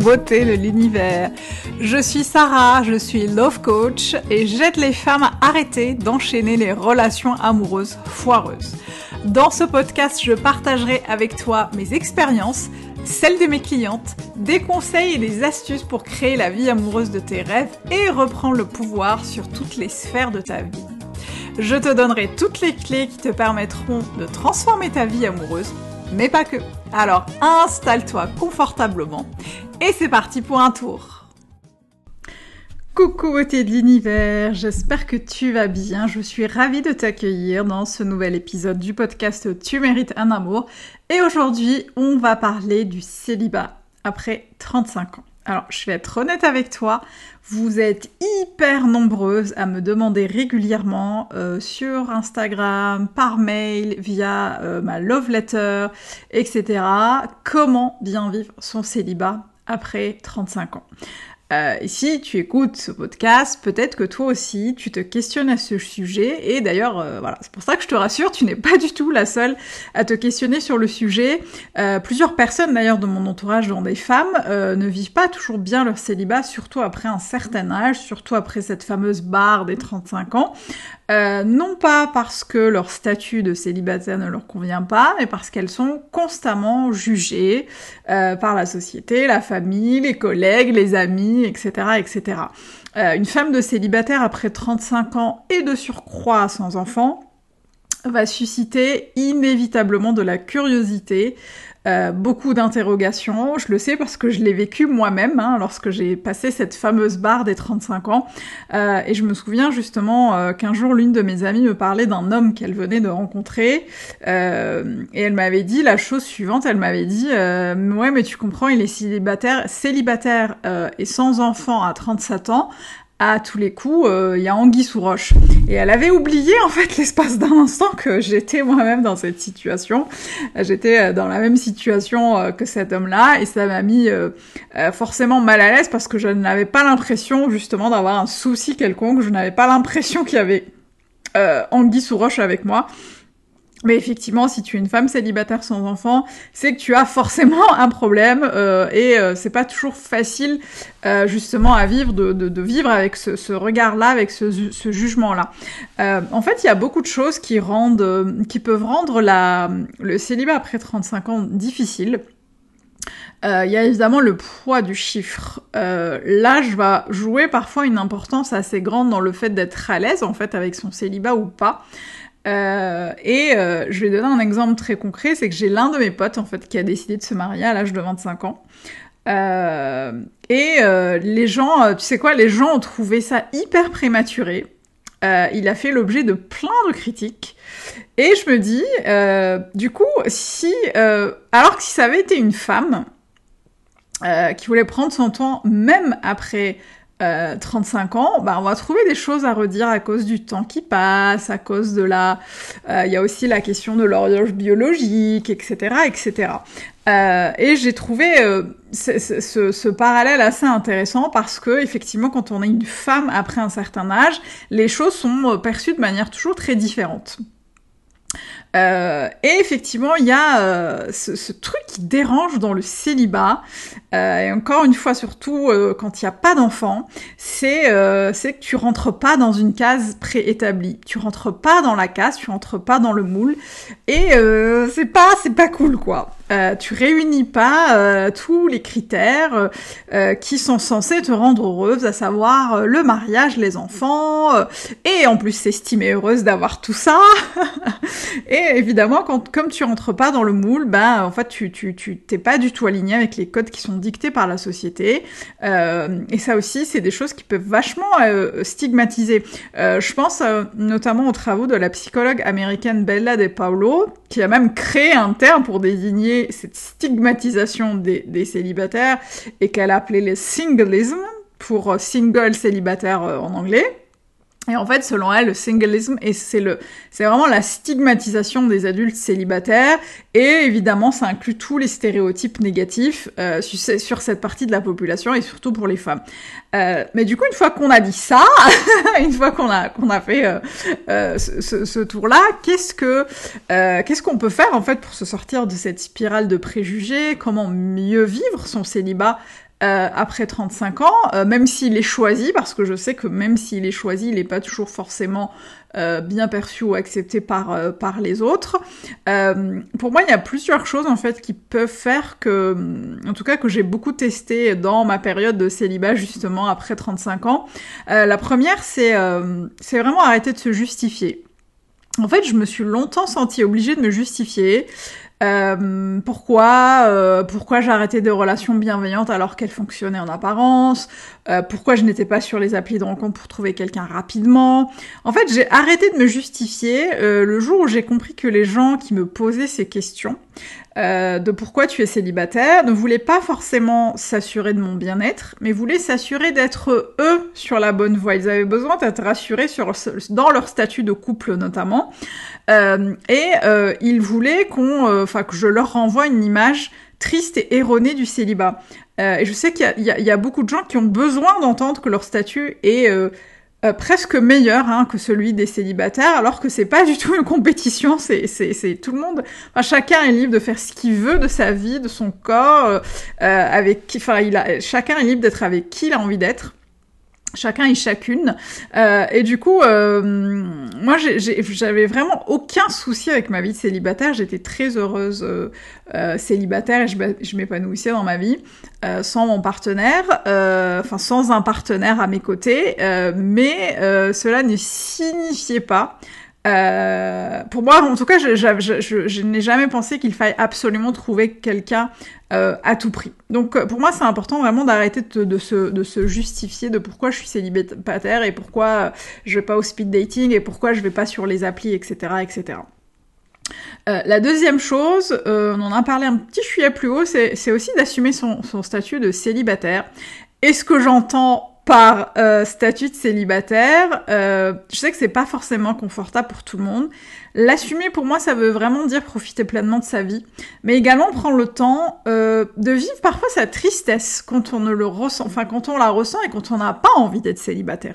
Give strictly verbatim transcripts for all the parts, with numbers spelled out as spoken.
beauté de l'univers. Je suis Sarah, je suis love coach et j'aide les femmes à arrêter d'enchaîner les relations amoureuses foireuses. Dans ce podcast, je partagerai avec toi mes expériences, celles de mes clientes, des conseils et des astuces pour créer la vie amoureuse de tes rêves et reprendre le pouvoir sur toutes les sphères de ta vie. Je te donnerai toutes les clés qui te permettront de transformer ta vie amoureuse, mais pas que. Alors installe-toi confortablement et c'est parti pour un tour. Coucou beauté de l'univers, j'espère que tu vas bien. Je suis ravie de t'accueillir dans ce nouvel épisode du podcast Tu mérites un amour. Et aujourd'hui, on va parler du célibat après trente-cinq ans. Alors, je vais être honnête avec toi, vous êtes hyper nombreuses à me demander régulièrement euh, sur Instagram, par mail, via euh, ma love letter, et cetera, comment bien vivre son célibat après trente-cinq ans. Euh, et si tu écoutes ce podcast, peut-être que toi aussi, tu te questionnes à ce sujet. Et d'ailleurs, euh, voilà, c'est pour ça que je te rassure, tu n'es pas du tout la seule à te questionner sur le sujet. Euh, plusieurs personnes, d'ailleurs, de mon entourage, dont des femmes, euh, ne vivent pas toujours bien leur célibat, surtout après un certain âge, surtout après cette fameuse barre des trente-cinq ans. Euh, non pas parce que leur statut de célibataire ne leur convient pas, mais parce qu'elles sont constamment jugées euh, par la société, la famille, les collègues, les amis, et cetera, et cetera. Euh, une femme de célibataire après trente-cinq ans et de surcroît sans enfant va susciter inévitablement de la curiosité, euh, beaucoup d'interrogations. Je le sais parce que je l'ai vécu moi-même hein, lorsque j'ai passé cette fameuse barre des trente-cinq ans. Euh, et je me souviens justement euh, qu'un jour, l'une de mes amies me parlait d'un homme qu'elle venait de rencontrer. Euh, et elle m'avait dit la chose suivante, elle m'avait dit euh, « Ouais, mais tu comprends, il est célibataire, célibataire euh, et sans enfant à trente-sept ans. » À tous les coups, il euh, y a anguille sous roche. Et elle avait oublié, en fait, l'espace d'un instant que j'étais moi-même dans cette situation. J'étais dans la même situation euh, que cet homme-là, et ça m'a mis euh, euh, forcément mal à l'aise parce que je n'avais pas l'impression, justement, d'avoir un souci quelconque. Je n'avais pas l'impression qu'il y avait euh, anguille sous roche avec moi. Mais effectivement, si tu es une femme célibataire sans enfant, c'est que tu as forcément un problème euh, et euh, c'est pas toujours facile euh, justement à vivre, de, de, de vivre avec ce, ce regard-là, avec ce, ce jugement-là. Euh, en fait, il y a beaucoup de choses qui rendent, euh, qui peuvent rendre la, le célibat après trente-cinq ans difficile. Il euh, y a évidemment le poids du chiffre. Euh, l'âge va jouer parfois une importance assez grande dans le fait d'être à l'aise en fait avec son célibat ou pas. Euh, et euh, je vais donner un exemple très concret, c'est que j'ai l'un de mes potes en fait qui a décidé de se marier à l'âge de vingt-cinq ans. Euh, et euh, les gens, tu sais quoi, les gens ont trouvé ça hyper prématuré. Euh, il a fait l'objet de plein de critiques. Et je me dis, euh, du coup, si, euh, alors que si ça avait été une femme euh, qui voulait prendre son temps, même après Euh, trente-cinq ans, bah on va trouver des choses à redire à cause du temps qui passe, à cause de la... Il euh, y a aussi la question de l'horloge biologique, et cetera, et cetera. Euh, et j'ai trouvé euh, ce, ce, ce parallèle assez intéressant parce que, effectivement, quand on est une femme après un certain âge, les choses sont perçues de manière toujours très différente. Euh, et effectivement, il y a euh, ce, ce truc qui dérange dans le célibat, euh, et encore une fois, surtout euh, quand il n'y a pas d'enfant, c'est euh, c'est que tu rentres pas dans une case préétablie, tu rentres pas dans la case, tu rentres pas dans le moule, et euh, c'est pas c'est pas cool quoi. Euh, tu réunis pas euh, tous les critères euh, qui sont censés te rendre heureuse, à savoir euh, le mariage, les enfants, euh, et en plus s'estimer heureuse d'avoir tout ça. Et évidemment, quand, comme tu rentres pas dans le moule, ben en fait tu tu tu t'es pas du tout aligné avec les codes qui sont dictés par la société. Euh, et ça aussi, c'est des choses qui peuvent vachement euh, stigmatiser. Euh, je pense euh, notamment aux travaux de la psychologue américaine Bella De Paulo, qui a même créé un terme pour désigner cette stigmatisation des, des célibataires et qu'elle a appelé le singleism, pour single célibataire en anglais. Et en fait, selon elle, le singleism, et c'est le, c'est vraiment la stigmatisation des adultes célibataires, et évidemment, ça inclut tous les stéréotypes négatifs euh, sur, sur cette partie de la population, et surtout pour les femmes. Euh, mais du coup, une fois qu'on a dit ça, une fois qu'on a qu'on a fait euh, euh, ce, ce, ce tour-là, qu'est-ce que euh, qu'est-ce qu'on peut faire en fait pour se sortir de cette spirale de préjugés? Comment mieux vivre son célibat euh, après trente-cinq ans, euh, même s'il est choisi, parce que je sais que même s'il est choisi, il n'est pas toujours forcément euh, bien perçu ou accepté par, euh, par les autres. Euh, pour moi, il y a plusieurs choses en fait qui peuvent faire que, en tout cas que j'ai beaucoup testé dans ma période de célibat justement après trente-cinq ans. Euh, la première, c'est euh, c'est vraiment arrêter de se justifier. En fait, je me suis longtemps sentie obligée de me justifier. Euh, pourquoi euh, pourquoi j'ai arrêté des relations bienveillantes alors qu'elles fonctionnaient en apparence, euh, pourquoi je n'étais pas sur les applis de rencontre pour trouver quelqu'un rapidement. En fait, j'ai arrêté de me justifier euh, le jour où j'ai compris que les gens qui me posaient ces questions euh, de pourquoi tu es célibataire ne voulaient pas forcément s'assurer de mon bien-être, mais voulaient s'assurer d'être eux sur la bonne voie. Ils avaient besoin d'être rassurés sur, dans leur statut de couple notamment, euh, et euh, ils voulaient qu'on, enfin euh, que je leur renvoie une image triste et erronée du célibat. Euh, et je sais qu'il y a, il y, a, il y a beaucoup de gens qui ont besoin d'entendre que leur statut est euh, Euh, presque meilleur hein, que celui des célibataires, alors que c'est pas du tout une compétition, c'est, c'est, c'est tout le monde, enfin, chacun est libre de faire ce qu'il veut de sa vie, de son corps, euh, avec, enfin, il a, chacun est libre d'être avec qui il a envie d'être. Chacun et chacune. Euh, et du coup, euh, moi, j'ai, j'ai, j'avais vraiment aucun souci avec ma vie de célibataire. J'étais très heureuse euh, euh, célibataire et je, je m'épanouissais dans ma vie euh, sans mon partenaire, euh, enfin sans un partenaire à mes côtés. Euh, mais euh, cela ne signifiait pas. Euh, pour moi, en tout cas, je, je, je, je, je n'ai jamais pensé qu'il faille absolument trouver quelqu'un euh, à tout prix. Donc, pour moi, c'est important vraiment d'arrêter de, de, se, de se justifier de pourquoi je suis célibataire et pourquoi je vais pas au speed dating et pourquoi je vais pas sur les applis, et cetera, et cetera. Euh, la deuxième chose, euh, on en a parlé un petit chouïa plus haut, c'est, c'est aussi d'assumer son, son statut de célibataire. Et ce que j'entends par euh, statut de célibataire, euh, je sais que c'est pas forcément confortable pour tout le monde. L'assumer, pour moi, ça veut vraiment dire profiter pleinement de sa vie, mais également prendre le temps euh, de vivre parfois sa tristesse quand on ne le ressent, enfin quand on la ressent et quand on n'a pas envie d'être célibataire.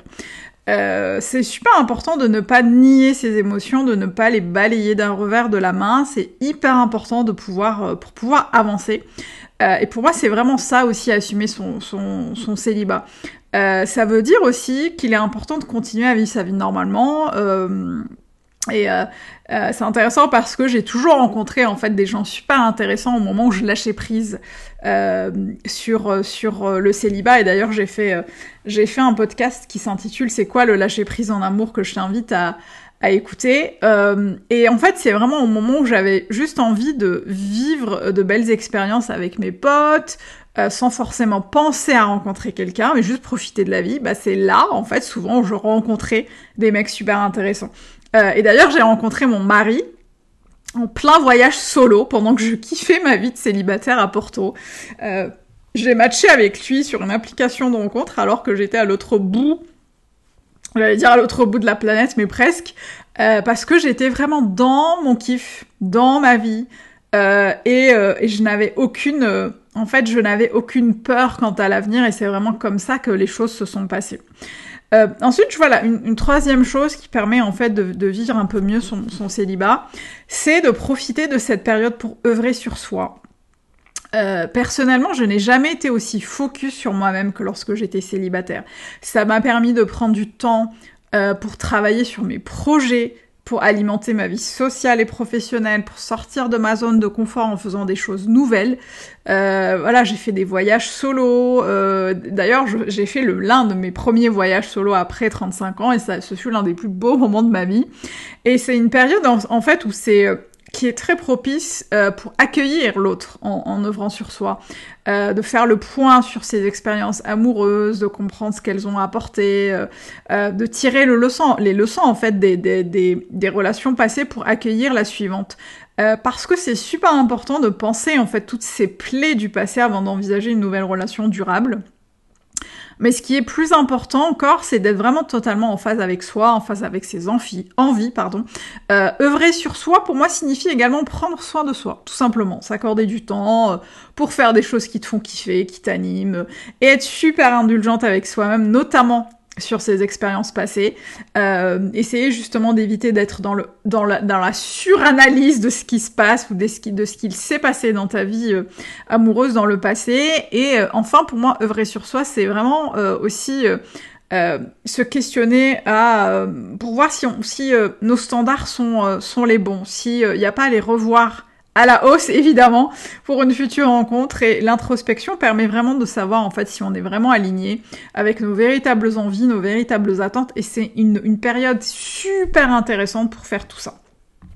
Euh, c'est super important de ne pas nier ses émotions, de ne pas les balayer d'un revers de la main. C'est hyper important de pouvoir, euh, pour pouvoir avancer. Euh, et pour moi, c'est vraiment ça aussi, assumer son, son, son célibat. Euh, ça veut dire aussi qu'il est important de continuer à vivre sa vie normalement. Euh, et euh, euh, c'est intéressant parce que j'ai toujours rencontré en fait des gens super intéressants au moment où je lâchais prise euh, sur sur le célibat. Et d'ailleurs, j'ai fait euh, j'ai fait un podcast qui s'intitule "C'est quoi le lâcher prise en amour" que je t'invite à à écouter. Euh, et en fait, c'est vraiment au moment où j'avais juste envie de vivre de belles expériences avec mes potes, euh, sans forcément penser à rencontrer quelqu'un, mais juste profiter de la vie. Bah, c'est là, en fait, souvent où je rencontrais des mecs super intéressants. Euh, et d'ailleurs, j'ai rencontré mon mari en plein voyage solo, pendant que je kiffais ma vie de célibataire à Porto. Euh, j'ai matché avec lui sur une application de rencontre, alors que j'étais à l'autre bout, j'allais dire à l'autre bout de la planète, mais presque, euh, parce que j'étais vraiment dans mon kiff, dans ma vie, euh, et, euh, et je n'avais aucune... Euh, en fait, je n'avais aucune peur quant à l'avenir, et c'est vraiment comme ça que les choses se sont passées. Euh, ensuite, voilà, une, une troisième chose qui permet en fait de, de vivre un peu mieux son, son célibat, c'est de profiter de cette période pour œuvrer sur soi. Euh, personnellement, je n'ai jamais été aussi focus sur moi-même que lorsque j'étais célibataire. Ça m'a permis de prendre du temps euh, pour travailler sur mes projets, pour alimenter ma vie sociale et professionnelle, pour sortir de ma zone de confort en faisant des choses nouvelles. Euh, voilà, j'ai fait des voyages solo. Euh, d'ailleurs, je, j'ai fait le, l'un de mes premiers voyages solo après trente-cinq ans, et ça, ce fut l'un des plus beaux moments de ma vie. Et c'est une période, en, en fait, où c'est... qui est très propice euh, pour accueillir l'autre en, en œuvrant sur soi, euh, de faire le point sur ses expériences amoureuses, de comprendre ce qu'elles ont apporté, euh, euh, de tirer le leçon, les leçons en fait des, des, des, des relations passées pour accueillir la suivante. Euh, parce que c'est super important de penser en fait toutes ces plaies du passé avant d'envisager une nouvelle relation durable. Mais ce qui est plus important encore, c'est d'être vraiment totalement en phase avec soi, en phase avec ses envies, envies, pardon. Euh, œuvrer sur soi, pour moi, signifie également prendre soin de soi, tout simplement. S'accorder du temps euh, pour faire des choses qui te font kiffer, qui t'animent, et être super indulgente avec soi-même, notamment sur ses expériences passées, euh, essayer justement d'éviter d'être dans le dans la dans la suranalyse de ce qui se passe ou de ce qui de ce qu'il s'est passé dans ta vie euh, amoureuse dans le passé. Et euh, enfin, pour moi, œuvrer sur soi, c'est vraiment euh, aussi euh, euh, se questionner à euh, pour voir si on, si euh, nos standards sont euh, sont les bons, si il euh, y a pas à les revoir à la hausse, évidemment, pour une future rencontre. Et l'introspection permet vraiment de savoir, en fait, si on est vraiment aligné avec nos véritables envies, nos véritables attentes. Et c'est une, une période super intéressante pour faire tout ça.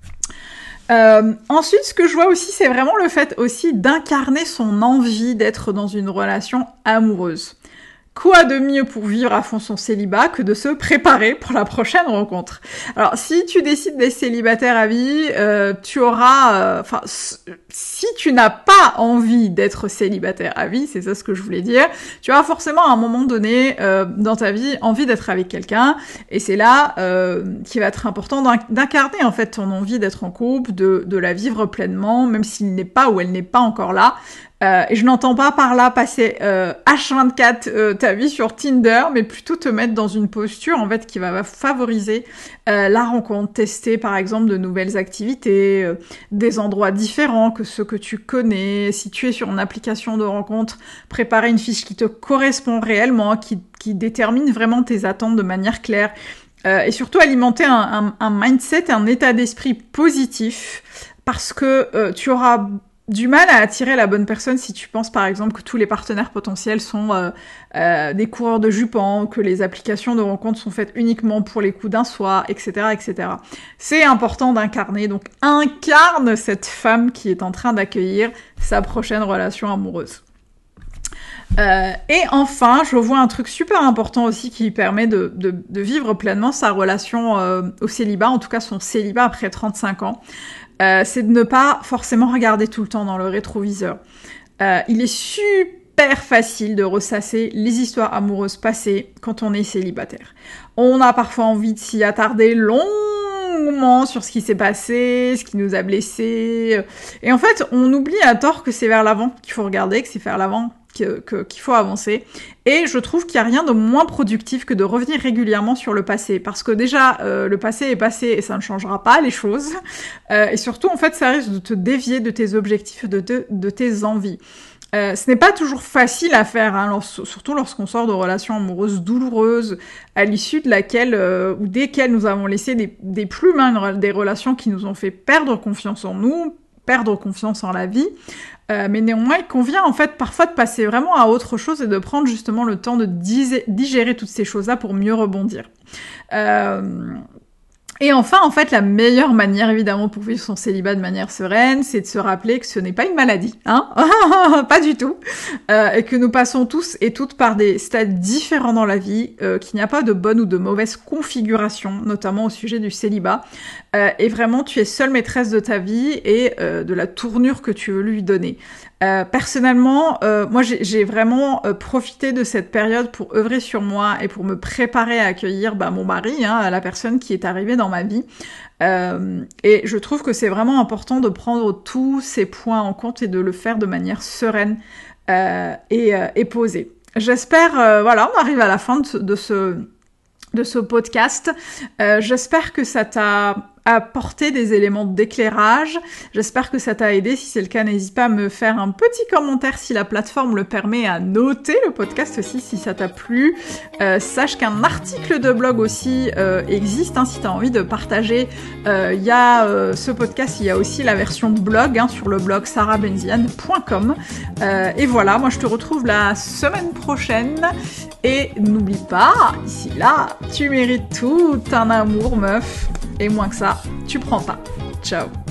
Euh, ensuite, ce que je vois aussi, c'est vraiment le fait aussi d'incarner son envie d'être dans une relation amoureuse. Quoi de mieux pour vivre à fond son célibat que de se préparer pour la prochaine rencontre? Alors, si tu décides d'être célibataire à vie, euh, tu auras... Enfin, euh, si tu n'as pas envie d'être célibataire à vie, c'est ça ce que je voulais dire, tu auras forcément à un moment donné euh, dans ta vie envie d'être avec quelqu'un, et c'est là euh, qu'il va être important d'incarner en fait ton envie d'être en couple, de, de la vivre pleinement, même s'il n'est pas ou elle n'est pas encore là. Euh, et je n'entends pas par là passer euh, H vingt-quatre euh, ta vie sur Tinder, mais plutôt te mettre dans une posture en fait qui va favoriser euh, la rencontre, tester par exemple de nouvelles activités, euh, des endroits différents que ceux que tu connais. Si tu es sur une application de rencontre, préparer une fiche qui te correspond réellement, qui, qui détermine vraiment tes attentes de manière claire. Euh, et surtout alimenter un, un, un mindset, un état d'esprit positif, parce que euh, tu auras du mal à attirer la bonne personne si tu penses par exemple que tous les partenaires potentiels sont euh, euh, des coureurs de jupons, que les applications de rencontres sont faites uniquement pour les coups d'un soir, et cetera, et cetera. C'est important d'incarner, donc incarne cette femme qui est en train d'accueillir sa prochaine relation amoureuse. Euh, et enfin, je vois un truc super important aussi qui permet de, de, de vivre pleinement sa relation euh, au célibat, en tout cas son célibat après trente-cinq ans. Euh, c'est de ne pas forcément regarder tout le temps dans le rétroviseur. Euh, il est super facile de ressasser les histoires amoureuses passées quand on est célibataire. On a parfois envie de s'y attarder longuement sur ce qui s'est passé, ce qui nous a blessés. Et en fait, on oublie à tort que c'est vers l'avant qu'il faut regarder, que c'est vers l'avant Que, que, qu'il faut avancer. Et je trouve qu'il n'y a rien de moins productif que de revenir régulièrement sur le passé. Parce que déjà, euh, le passé est passé et ça ne changera pas les choses. Euh, et surtout, en fait, ça risque de te dévier de tes objectifs, de, te, de tes envies. Euh, ce n'est pas toujours facile à faire, hein, lors, surtout lorsqu'on sort de relations amoureuses douloureuses, à l'issue de laquelle, euh, ou desquelles nous avons laissé des, des plumes, hein, des relations qui nous ont fait perdre confiance en nous, perdre confiance en la vie. Euh, mais néanmoins, il convient en fait parfois de passer vraiment à autre chose et de prendre justement le temps de digérer toutes ces choses-là pour mieux rebondir. Euh... Et enfin, en fait, la meilleure manière, évidemment, pour vivre son célibat de manière sereine, c'est de se rappeler que ce n'est pas une maladie, hein. Pas du tout. Euh, et que nous passons tous et toutes par des stades différents dans la vie, euh, qu'il n'y a pas de bonne ou de mauvaise configuration, notamment au sujet du célibat. Euh, et vraiment, tu es seule maîtresse de ta vie et euh, de la tournure que tu veux lui donner. Euh, personnellement, euh, moi j'ai, j'ai vraiment euh, profité de cette période pour œuvrer sur moi et pour me préparer à accueillir bah, mon mari, hein, la personne qui est arrivée dans ma vie. Euh, et je trouve que c'est vraiment important de prendre tous ces points en compte et de le faire de manière sereine euh, et, euh, et posée. J'espère, euh, voilà, on arrive à la fin de ce, de ce, de ce podcast. Euh, j'espère que ça t'a apporter des éléments d'éclairage. J'espère que ça t'a aidé. Si c'est le cas, n'hésite pas à me faire un petit commentaire si la plateforme le permet, à noter le podcast aussi si ça t'a plu. Euh, sache qu'un article de blog aussi euh, existe, hein, si t'as envie de partager. Il euh, y a euh, ce podcast, il y a aussi la version blog hein, sur le blog sarah benzian point com. Euh, et voilà, moi je te retrouve la semaine prochaine. Et n'oublie pas, ici là, tu mérites tout un amour, meuf. Et moins que ça, tu prends pas. Ciao.